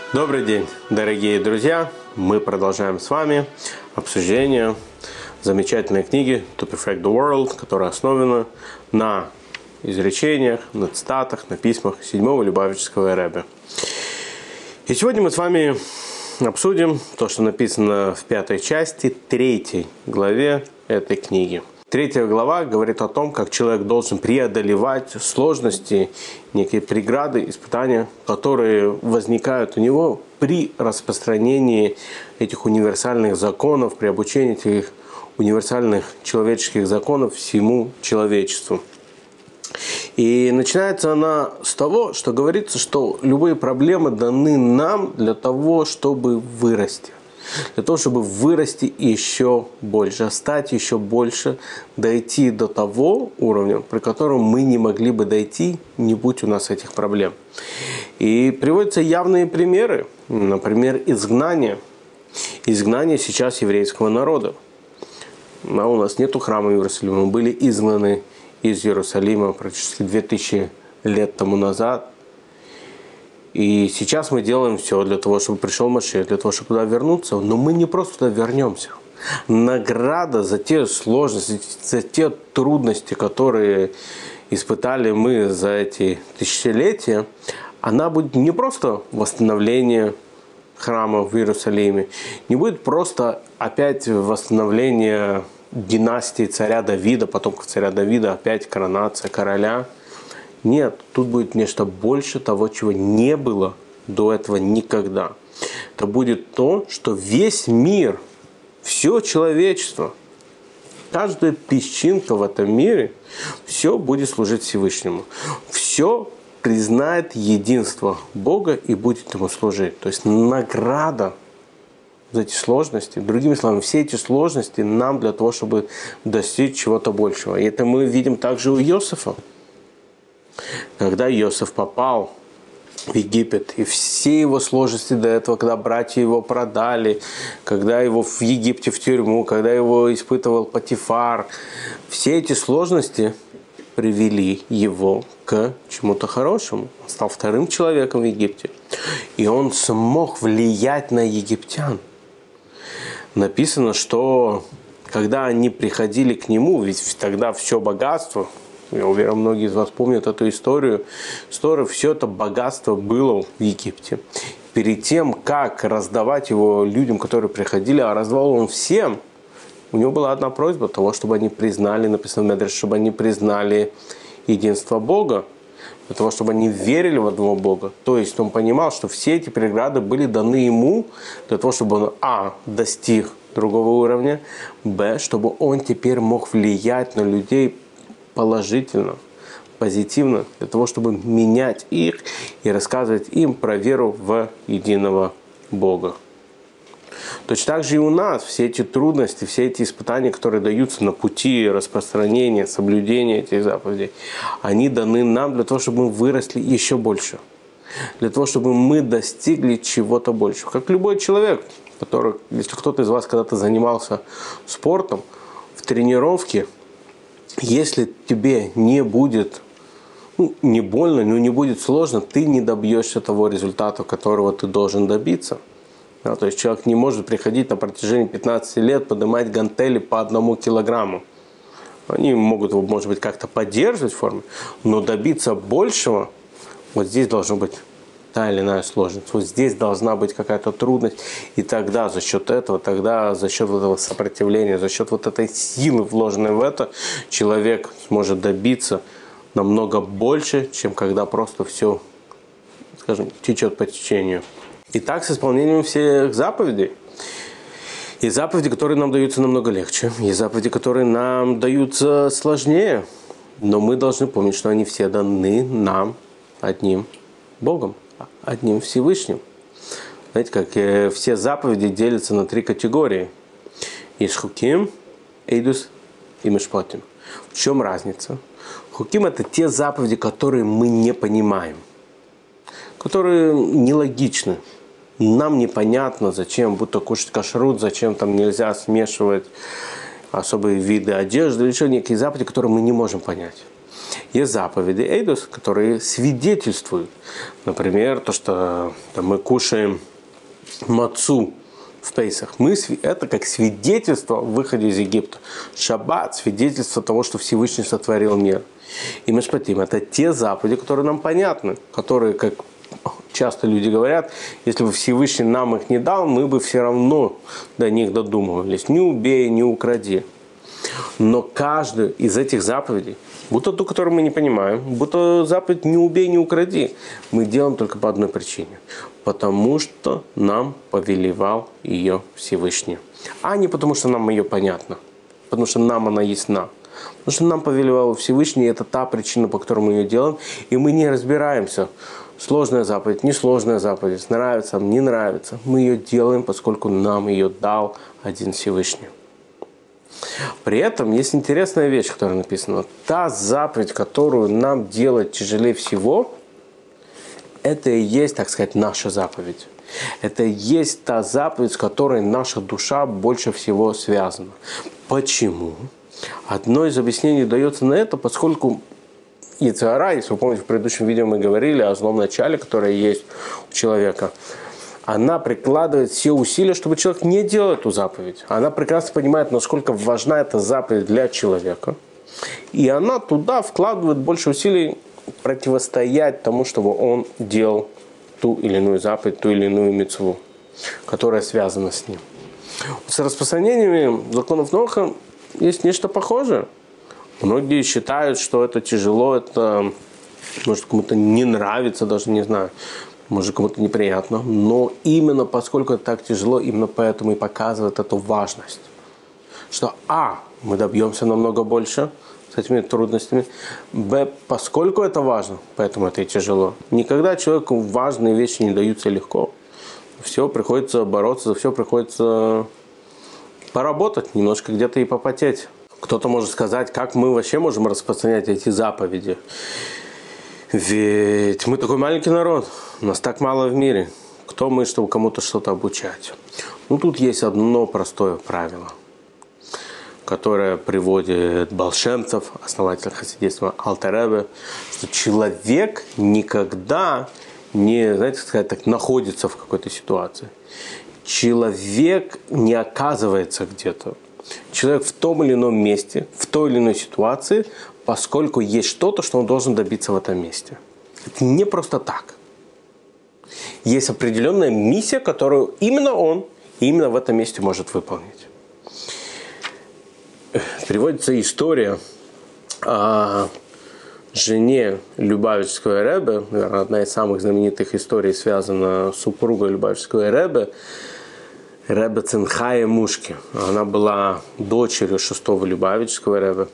Добрый день, дорогие друзья! Мы продолжаем с вами обсуждение замечательной книги To Perfect the World, которая основана на изречениях, на цитатах, на письмах 7-го Любавического Ребе. И сегодня мы с вами обсудим то, что написано в 5 части, 3 главе этой книги. 3 глава говорит о том, как человек должен преодолевать сложности, некие преграды, испытания, которые возникают у него при распространении этих универсальных законов, при обучении этих универсальных человеческих законов всему человечеству. И начинается она с того, что говорится, что любые проблемы даны нам для того, чтобы вырасти. Для того, чтобы вырасти еще больше, стать еще больше, дойти до того уровня, при котором мы не могли бы дойти, не будь у нас этих проблем. И приводятся явные примеры, например, изгнание. Изгнание сейчас еврейского народа. У нас нету храма Иерусалима, мы были изгнаны из Иерусалима практически 2000 лет тому назад. И сейчас мы делаем все для того, чтобы пришел Машиах, для того, чтобы туда вернуться. Но мы не просто туда вернемся. Награда за те сложности, за те трудности, которые испытали мы за эти тысячелетия, она будет не просто восстановление храма в Иерусалиме, не будет просто опять восстановление династии царя Давида, потомков царя Давида, опять коронация короля. Нет, тут будет нечто больше того, чего не было до этого никогда. Это будет то, что весь мир, все человечество, каждая песчинка в этом мире, все будет служить Всевышнему. Все признает единство Бога и будет ему служить. То есть награда за эти сложности, другими словами, все эти сложности нам для того, чтобы достичь чего-то большего. И это мы видим также у Иосифа. Когда Иосиф попал в Египет, и все его сложности до этого, когда братья его продали, когда его в Египте в тюрьму, когда его испытывал Потифар, все эти сложности привели его к чему-то хорошему. Он стал вторым человеком в Египте, и он смог влиять на египтян. Написано, что когда они приходили к нему, ведь тогда все богатство, я уверен, многие из вас помнят эту историю. Все это богатство было в Египте. Перед тем, как раздавать его людям, которые приходили, а раздавал он всем, у него была одна просьба того, чтобы они признали, написано в Медреше, чтобы они признали единство Бога, для того, чтобы они верили в одного Бога. То есть он понимал, что все эти преграды были даны ему для того, чтобы он достиг другого уровня, чтобы он теперь мог влиять на людей положительно, позитивно, для того, чтобы менять их и рассказывать им про веру в единого Бога. Точно так же и у нас все эти трудности, все эти испытания, которые даются на пути распространения, соблюдения этих заповедей, они даны нам для того, чтобы мы выросли еще больше. Для того, чтобы мы достигли чего-то большего. Как любой человек, который, если кто-то из вас когда-то занимался спортом, в тренировке, если тебе не будет, не больно, но не будет сложно, ты не добьешься того результата, которого ты должен добиться. Да, то есть человек не может приходить на протяжении 15 лет, поднимать гантели по 1 килограмму. Они могут его, может быть, как-то поддерживать в форме, но добиться большего, вот здесь должна быть та или иная сложность. Вот здесь должна быть какая-то трудность. И тогда за счет этого, за счет вот этого сопротивления, за счет вот этой силы, вложенной в это, человек сможет добиться намного больше, чем когда просто все, скажем, течет по течению. И так с исполнением всех заповедей. И заповеди, которые нам даются намного легче. И заповеди, которые нам даются сложнее. Но мы должны помнить, что они все даны нам одним Богом, одним Всевышним. Знаете, как все заповеди делятся на 3 категории. Есть хуким, эйдус и мишпотим. В чем разница? Хуким – это те заповеди, которые мы не понимаем, которые нелогичны. Нам непонятно, зачем будто кушать кашрут, зачем там нельзя смешивать особые виды одежды, или еще некие заповеди, которые мы не можем понять. Есть заповеди эйдус, которые свидетельствуют. Например, то, что мы кушаем мацу в Пейсах. Это как свидетельство в выходе из Египта. Шаббат – свидетельство того, что Всевышний сотворил мир. И Мишпатим – это те заповеди, которые нам понятны, которые, как часто люди говорят, если бы Всевышний нам их не дал, мы бы все равно до них додумывались. Не убей, не укради. Но каждую из этих заповедей, будто ту, которую мы не понимаем, будто заповедь «не убей, не укради», мы делаем только по одной причине. Потому что нам повелевал ее Всевышний. А не потому, что нам ее понятно. Потому что нам она ясна. Потому что нам повелевал Всевышний, и это та причина, по которой мы ее делаем. И мы не разбираемся. Сложная заповедь, несложная заповедь, нравится, не нравится. Мы ее делаем, поскольку нам ее дал один Всевышний. При этом есть интересная вещь, которая написана. Та заповедь, которую нам делать тяжелее всего, это и есть, так сказать, наша заповедь. Это и есть та заповедь, с которой наша душа больше всего связана. Почему? Одно из объяснений дается на это, поскольку Йецер ара, если вы помните, в предыдущем видео мы говорили о злом начале, которое есть у человека, она прикладывает все усилия, чтобы человек не делал эту заповедь. Она прекрасно понимает, насколько важна эта заповедь для человека. И она туда вкладывает больше усилий противостоять тому, чтобы он делал ту или иную заповедь, ту или иную мицву, которая связана с ним. С распространениями законов Ноха есть нечто похожее. Многие считают, что это тяжело, это может кому-то не нравится, даже не знаю, может кому-то неприятно. Но именно поскольку это так тяжело, именно поэтому и показывает эту важность. Что мы добьемся намного больше с этими трудностями. Поскольку это важно, поэтому это и тяжело. Никогда человеку важные вещи не даются легко. Все приходится бороться, за все приходится поработать, немножко где-то и попотеть. Кто-то может сказать, как мы вообще можем распространять эти заповеди. Ведь мы такой маленький народ, нас так мало в мире. Кто мы, чтобы кому-то что-то обучать? Тут есть одно простое правило, которое приводит Баал Шем Тов, основатель хасидизма Алтер Ребе, что человек никогда не, знаете, сказать так, находится в какой-то ситуации. Человек не оказывается где-то. Человек в том или ином месте, в той или иной ситуации, поскольку есть что-то, что он должен добиться в этом месте. Это не просто так. Есть определенная миссия, которую именно он, именно в этом месте может выполнить. Приводится история о жене Любавичского Ребе, наверное, одна из самых знаменитых историй связана с супругой Любавичского Ребе, Ребе Цинхая Мушки. Она была дочерью шестого Любавичского Ребе.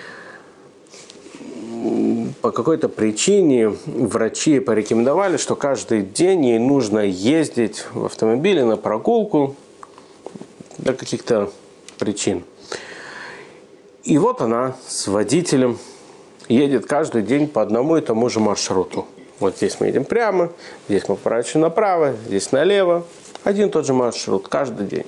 По какой-то причине врачи порекомендовали, что каждый день ей нужно ездить в автомобиле на прогулку для каких-то причин. И вот она с водителем едет каждый день по одному и тому же маршруту. Вот здесь мы едем прямо, здесь мы поворачиваем направо, здесь налево. Один и тот же маршрут каждый день.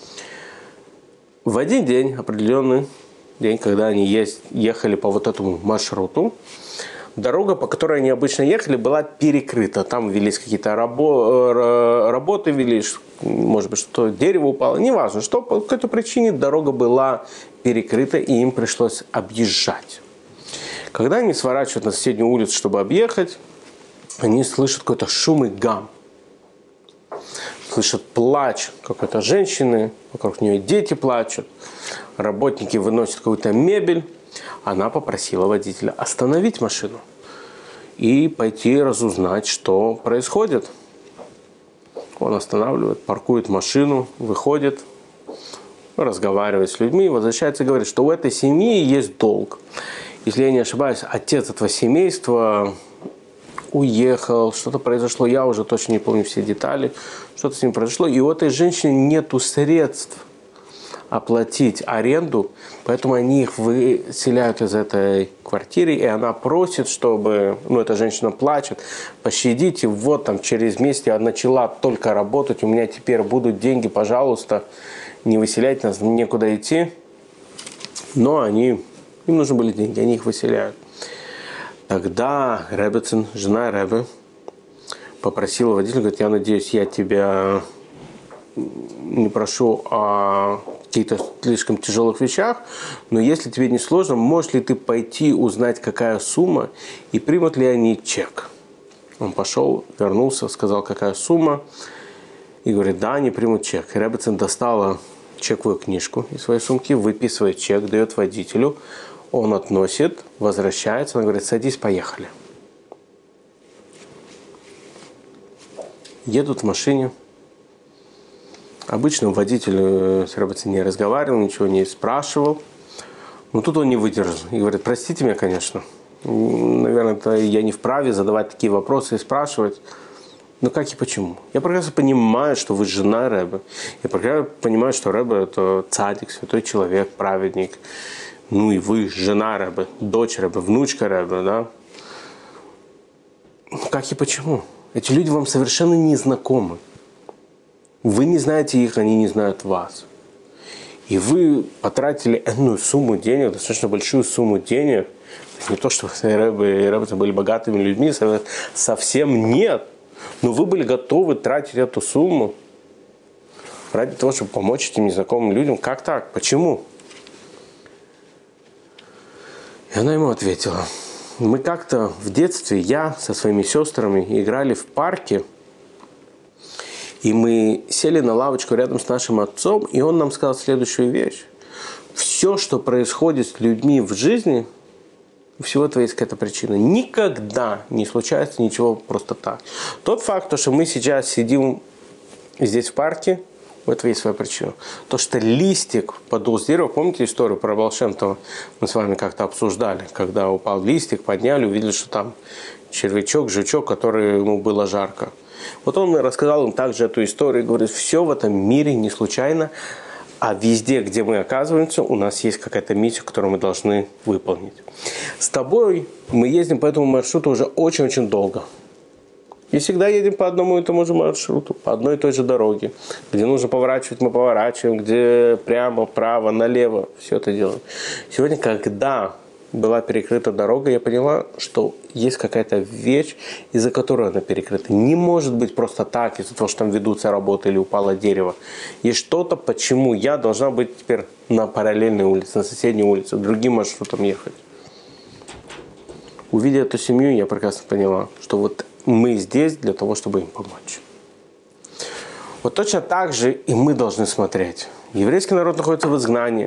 В один день, определенный день, когда они ехали по вот этому маршруту, дорога, по которой они обычно ехали, была перекрыта. Там велись какие-то работы, велись, может быть, что дерево упало, неважно, что по какой-то причине дорога была перекрыта, и им пришлось объезжать. Когда они сворачивают на соседнюю улицу, чтобы объехать, они слышат какой-то шум и гам. Слышат плач какой-то женщины, вокруг нее дети плачут, работники выносят какую-то мебель. Она попросила водителя остановить машину и пойти разузнать, что происходит. Он останавливает, паркует машину, выходит, разговаривает с людьми, возвращается и говорит, что у этой семьи есть долг. Если я не ошибаюсь, отец этого семейства уехал, что-то произошло, я уже точно не помню все детали, что-то с ним произошло, и у этой женщины нету средств оплатить аренду, поэтому они их выселяют из этой квартиры, и она просит, чтобы, эта женщина плачет, пощадите, вот там через месяц я начала только работать, у меня теперь будут деньги, пожалуйста, не выселяйте нас, некуда идти. но им нужны были деньги, они их выселяют. Тогда Реббецин, жена Ребе, попросила водителя, говорит, я надеюсь, я тебя не прошу о каких-то слишком тяжелых вещах, но если тебе не сложно, можешь ли ты пойти узнать, какая сумма и примут ли они чек? Он пошел, вернулся, сказал, какая сумма, и говорит, да, они примут чек. И Реббецин достала чековую книжку из своей сумки, выписывает чек, дает водителю, он относит, возвращается, он говорит, садись, поехали. Едут в машине. Обычно водитель с Реббецин не разговаривал, ничего не спрашивал. Но тут он не выдержал и говорит, простите меня, конечно. Наверное, я не вправе задавать такие вопросы и спрашивать. Но как и почему? Я прекрасно понимаю, что вы жена Ребе. Я прекрасно понимаю, что Ребе – это цадик, святой человек, праведник. Ну и вы, жена Ребе, дочь Ребе, внучка Ребе, да? Как и почему? Эти люди вам совершенно не знакомы. Вы не знаете их, они не знают вас. И вы потратили энную сумму денег, достаточно большую сумму денег. Не то, что Ребе и Реббецин были богатыми людьми, совсем нет. Но вы были готовы тратить эту сумму ради того, чтобы помочь этим незнакомым людям. Как так? Почему? И она ему ответила. Мы как-то в детстве, я со своими сестрами играли в парке, и мы сели на лавочку рядом с нашим отцом, и он нам сказал следующую вещь. Все, что происходит с людьми в жизни, у всего этого есть какая-то причина. Никогда не случается ничего просто так. Тот факт, что мы сейчас сидим здесь в парке, у этого есть своя причина. То, что листик подул с дерева, помните историю про Баал Шем Това? Мы с вами как-то обсуждали, когда упал листик, подняли, увидели, что там червячок, жучок, который ему было жарко. Вот он рассказал им также эту историю, говорит, все в этом мире не случайно, а везде, где мы оказываемся, у нас есть какая-то миссия, которую мы должны выполнить. С тобой мы ездим по этому маршруту уже очень-очень долго. И всегда едем по одному и тому же маршруту, по одной и той же дороге. Где нужно поворачивать, мы поворачиваем, где прямо, вправо, налево, все это делаем. Сегодня, когда была перекрыта дорога, я поняла, что есть какая-то вещь, из-за которой она перекрыта. Не может быть просто так, из-за того, что там ведутся работы или упало дерево. Есть что-то, почему я должна быть теперь на параллельной улице, на соседней улице, другим маршрутом ехать. Увидя эту семью, я прекрасно поняла, что вот мы здесь для того, чтобы им помочь. Вот точно так же и мы должны смотреть. Еврейский народ находится в изгнании.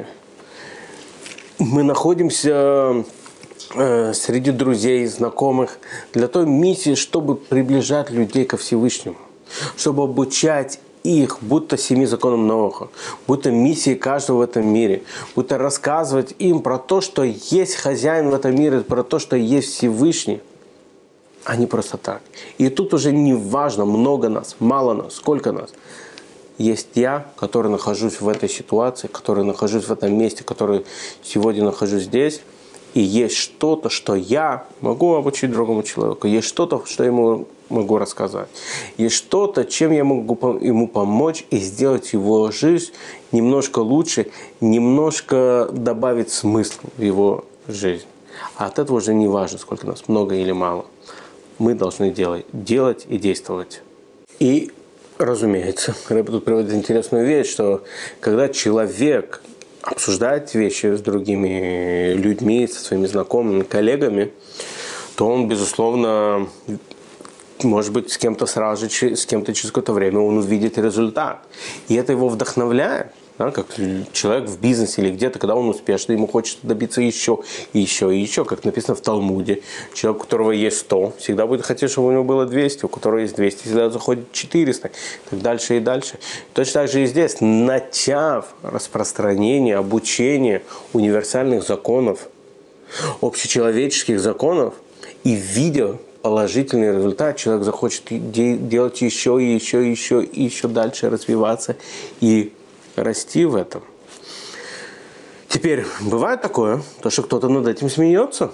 Мы находимся среди друзей, знакомых для той миссии, чтобы приближать людей ко Всевышнему, чтобы обучать их, будто 7 законам Ноаха, будто миссии каждого в этом мире, будто рассказывать им про то, что есть хозяин в этом мире, про то, что есть Всевышний, а не просто так. И тут уже не важно, много нас, мало нас, сколько нас. Есть я, который нахожусь в этой ситуации, который нахожусь в этом месте, который сегодня нахожусь здесь. И есть что-то, что я могу обучить другому человеку. Есть что-то, что я ему могу рассказать. Есть что-то, чем я могу ему помочь и сделать его жизнь немножко лучше, немножко добавить смысл в его жизнь. А от этого уже не важно, сколько нас, много или мало. Мы должны делать и действовать. И разумеется, Рэбе тут приводит интересную вещь, что когда человек обсуждает вещи с другими людьми, со своими знакомыми, коллегами, то он, безусловно, может быть, с кем-то сразу же, с кем-то через какое-то время он увидит результат. И это его вдохновляет. Да, как человек в бизнесе или где-то, когда он успешный, ему хочется добиться еще, и еще, и еще, как написано в Талмуде. Человек, у которого есть 100, всегда будет хотеть, чтобы у него было 200, у которого есть 200, всегда заходит 400, и так дальше и дальше. Точно так же и здесь, начав распространение, обучение универсальных законов, общечеловеческих законов, и видя положительный результат, человек захочет делать еще, и еще, и еще, и еще дальше развиваться, и расти в этом. Теперь, бывает такое, то, что кто-то над этим смеется.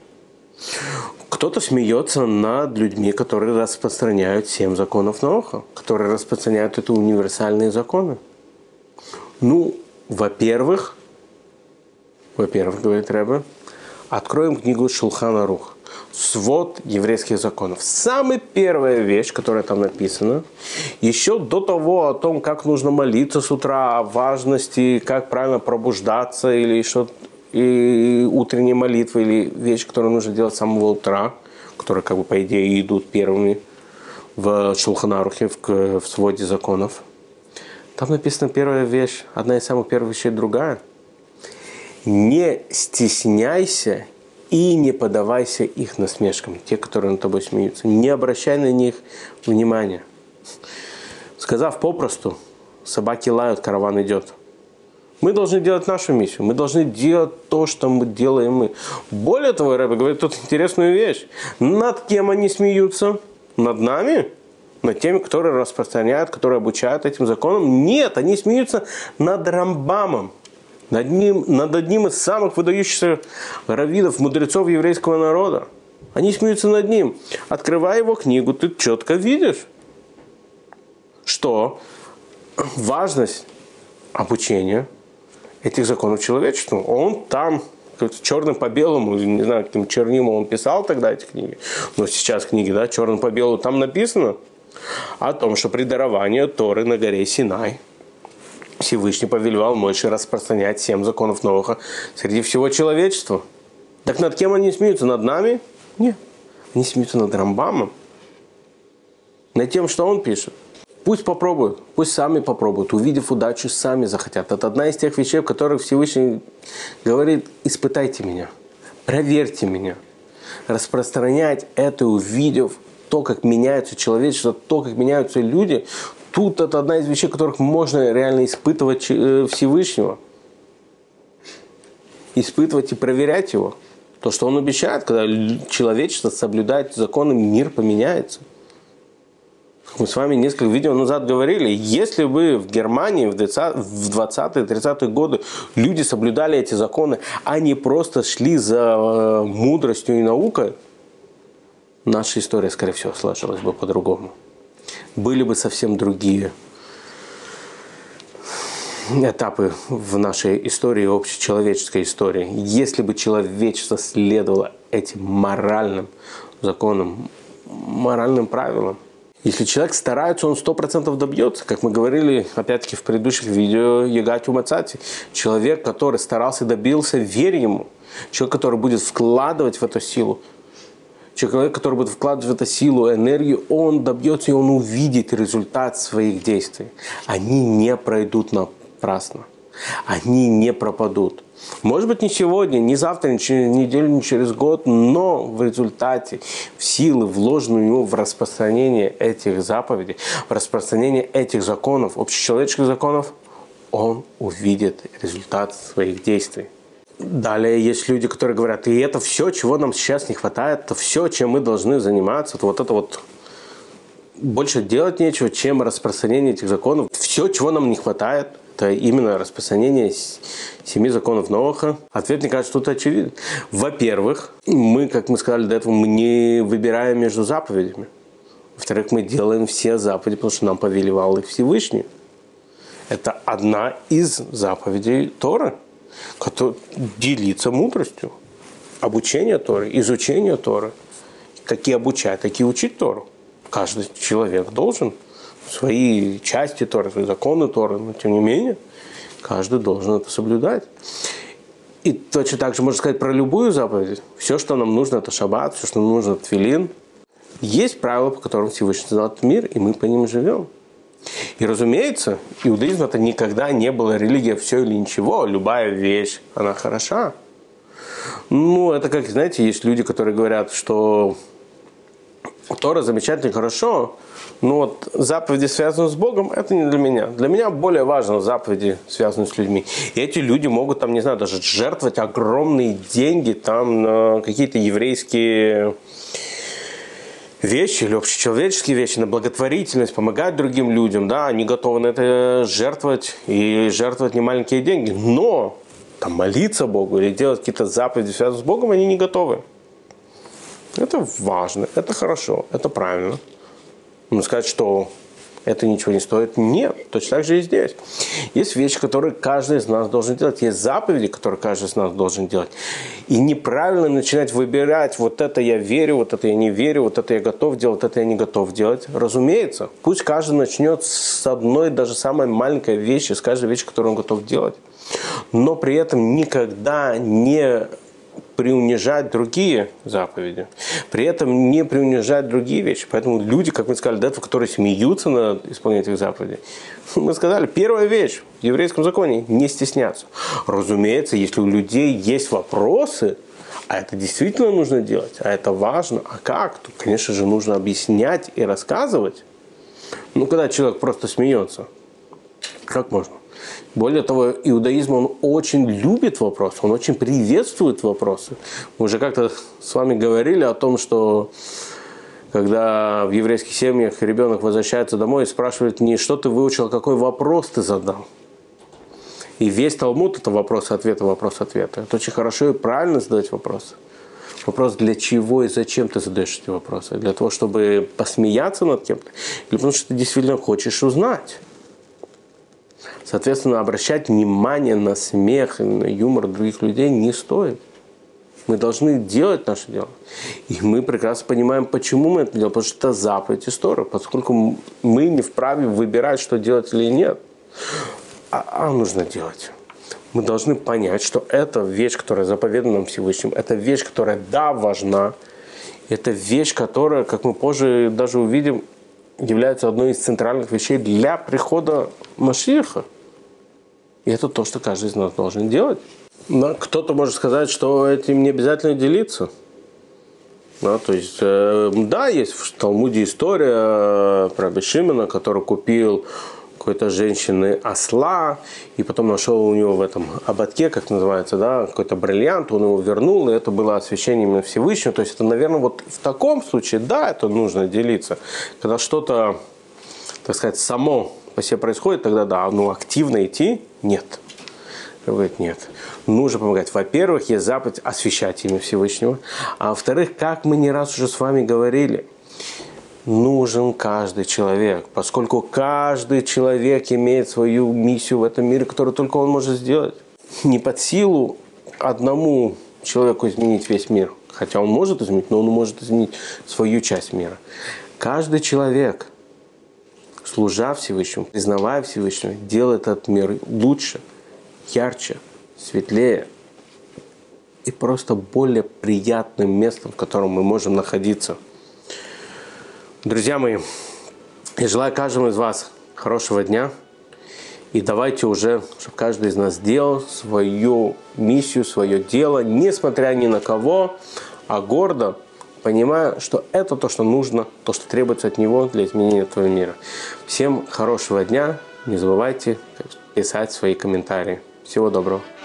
Кто-то смеется над людьми, которые распространяют 7 законов Ноаха, которые распространяют эти универсальные законы. Ну, во-первых, Во-первых, говорит Ребе, откроем книгу Шулхан Арух, свод еврейских законов. Самая первая вещь, которая там написана, еще до того о том, как нужно молиться с утра, о важности, как правильно пробуждаться, или что-то, и утренние молитвы, или вещи, которые нужно делать с самого утра, которые, как бы, по идее, идут первыми в Шулхан Арухе, в своде законов. Там написана первая вещь, одна из самых первых вещей, другая. Не стесняйся и не поддавайся их насмешкам, те, которые над тобой смеются. Не обращай на них внимания. Сказав попросту, собаки лают, караван идет. Мы должны делать нашу миссию. Мы должны делать то, что мы делаем мы. Более того, Ребе говорит тут интересную вещь. Над кем они смеются? Над нами? Над теми, которые распространяют, которые обучают этим законам? Нет, они смеются над Рамбамом. Над одним из самых выдающихся раввинов, мудрецов еврейского народа. Они смеются над ним. Открывая его книгу, ты четко видишь, что важность обучения этих законов человечеству, он там черным по белому, не знаю, каким чернилом он писал тогда эти книги, но сейчас книги, да, черным по белому, там написано о том, что при даровании Торы на горе Синай Всевышний повелевал Моше распространять 7 законов Ноаха среди всего человечества. Так над кем они смеются? Над нами? Нет. Они смеются над Рамбамом. Над тем, что он пишет. Пусть попробуют. Пусть сами попробуют. Увидев удачу, сами захотят. Это одна из тех вещей, в которых Всевышний говорит: испытайте меня. Проверьте меня. Распространять это, увидев то, как меняется человечество, то, как меняются люди. Тут это одна из вещей, которых можно реально испытывать Всевышнего. Испытывать и проверять его. То, что он обещает, когда человечество соблюдает законы, мир поменяется. Мы с вами несколько видео назад говорили, если бы в Германии в 20-30-е годы люди соблюдали эти законы, а не просто шли за мудростью и наукой, наша история, скорее всего, сложилась бы по-другому. Были бы совсем другие этапы в нашей истории, общечеловеческой истории. Если бы человечество следовало этим моральным законам, моральным правилам. Если человек старается, он 100% добьется. Как мы говорили, опять-таки, в предыдущих видео, Ягатю Мацати. Человек, который старался и добился, верь ему. Человек, который будет вкладывать в эту силу. Человек, который будет вкладывать в эту силу, энергию, он добьется и он увидит результат своих действий. Они не пройдут напрасно. Они не пропадут. Может быть, не сегодня, не завтра, не через неделю, не через год, но в результате, в силы, вложенные у него в распространение этих заповедей, в распространение этих законов, общечеловеческих законов, он увидит результат своих действий. Далее есть люди, которые говорят, и это все, чего нам сейчас не хватает, это все, чем мы должны заниматься, вот это вот больше делать нечего, чем распространение этих законов. Все, чего нам не хватает, это именно распространение 7 законов Ноаха. Ответ, мне кажется, тут очевиден. Во-первых, мы, как мы сказали до этого, мы не выбираем между заповедями. Во-вторых, мы делаем все заповеди, потому что нам повелевал их Всевышний. Это одна из заповедей Торы, которая делится мудростью. Обучение Торы, изучение Торы. Какие обучать, такие учить Тору. Каждый человек должен свои части Торы, свои законы Торы, но тем не менее, каждый должен это соблюдать. И точно так же можно сказать про любую заповедь. Все, что нам нужно, это шаббат, все, что нам нужно, это тфилин. Есть правила, по которым Всевышний создал этот мир, и мы по ним живем. И, разумеется, иудаизм это никогда не была религия все или ничего. Любая вещь, она хороша. Ну, это как, знаете, есть люди, которые говорят, что Тора замечательно и хорошо, но вот заповеди, связанные с Богом, это не для меня. Для меня более важно заповеди, связанные с людьми. И эти люди могут, там, не знаю, даже жертвовать огромные деньги там, на какие-то еврейские вещи или общечеловеческие вещи, на благотворительность, помогать другим людям. Да, они готовы на это жертвовать и жертвовать немаленькие деньги. Но там, молиться Богу или делать какие-то заповеди, связанные с Богом, они не готовы. Это важно, это хорошо, это правильно. Но сказать, что это ничего не стоит, нет. Точно так же и здесь. Есть вещи, которые каждый из нас должен делать. Есть заповеди, которые каждый из нас должен делать. И неправильно начинать выбирать, вот это я верю, вот это я не верю, вот это я готов делать, вот это я не готов делать. Разумеется, пусть каждый начнет с одной, даже самой маленькой вещи, с каждой вещи, которую он готов делать. Но при этом никогда не преунижать другие заповеди, при этом не преунижать другие вещи. Поэтому люди, как мы сказали до этого, которые смеются над исполнением этих заповедей, мы сказали, первая вещь в еврейском законе – не стесняться. Разумеется, если у людей есть вопросы, а это действительно нужно делать, а это важно, а как, то, конечно же, нужно объяснять и рассказывать. Ну, когда человек просто смеется, как можно? Более того, иудаизм, он очень любит вопросы, он очень приветствует вопросы. Мы уже как-то с вами говорили о том, что когда в еврейских семьях ребенок возвращается домой и спрашивает не что ты выучил, а какой вопрос ты задал. И весь Талмуд – это вопрос-ответ, вопрос-ответ. Это очень хорошо и правильно задать вопросы. Вопрос, для чего и зачем ты задаешь эти вопросы? Для того, чтобы посмеяться над кем-то? Или потому что ты действительно хочешь узнать? Соответственно, обращать внимание на смех и на юмор других людей не стоит. Мы должны делать наше дело. И мы прекрасно понимаем, почему мы это делаем. Потому что это заповедь истории. Поскольку мы не вправе выбирать, что делать или нет. А нужно делать. Мы должны понять, что это вещь, которая заповедана нам Всевышним. Это вещь, которая, да, важна. Это вещь, которая, как мы позже даже увидим, является одной из центральных вещей для прихода Машиаха. И это то, что каждый из нас должен делать. Но кто-то может сказать, что этим не обязательно делиться. Да, то есть, да, есть в Талмуде история про Раби Шимона, который купил какой-то женщины осла, и потом нашел у него в этом ободке, как называется, да, какой-то бриллиант, он его вернул, и это было освящение именно Всевышнего. То есть, это, наверное, вот в таком случае, да, это нужно делиться. Когда что-то, так сказать, само по себе происходит, тогда да, но активно идти нет. Говорит, нет. Нужно помогать. Во-первых, есть заповедь освящать имя Всевышнего. А во-вторых, как мы не раз уже с вами говорили, нужен каждый человек, поскольку каждый человек имеет свою миссию в этом мире, которую только он может сделать. Не под силу одному человеку изменить весь мир, хотя он может изменить, но он может изменить свою часть мира. Каждый человек, служа Всевышнему, признавая Всевышнего, делает этот мир лучше, ярче, светлее и просто более приятным местом, в котором мы можем находиться. Друзья мои, я желаю каждому из вас хорошего дня. И давайте уже, чтобы каждый из нас делал свою миссию, свое дело, несмотря ни на кого, а гордо, понимая, что это то, что нужно, то, что требуется от него для изменения этого мира. Всем хорошего дня. Не забывайте писать свои комментарии. Всего доброго.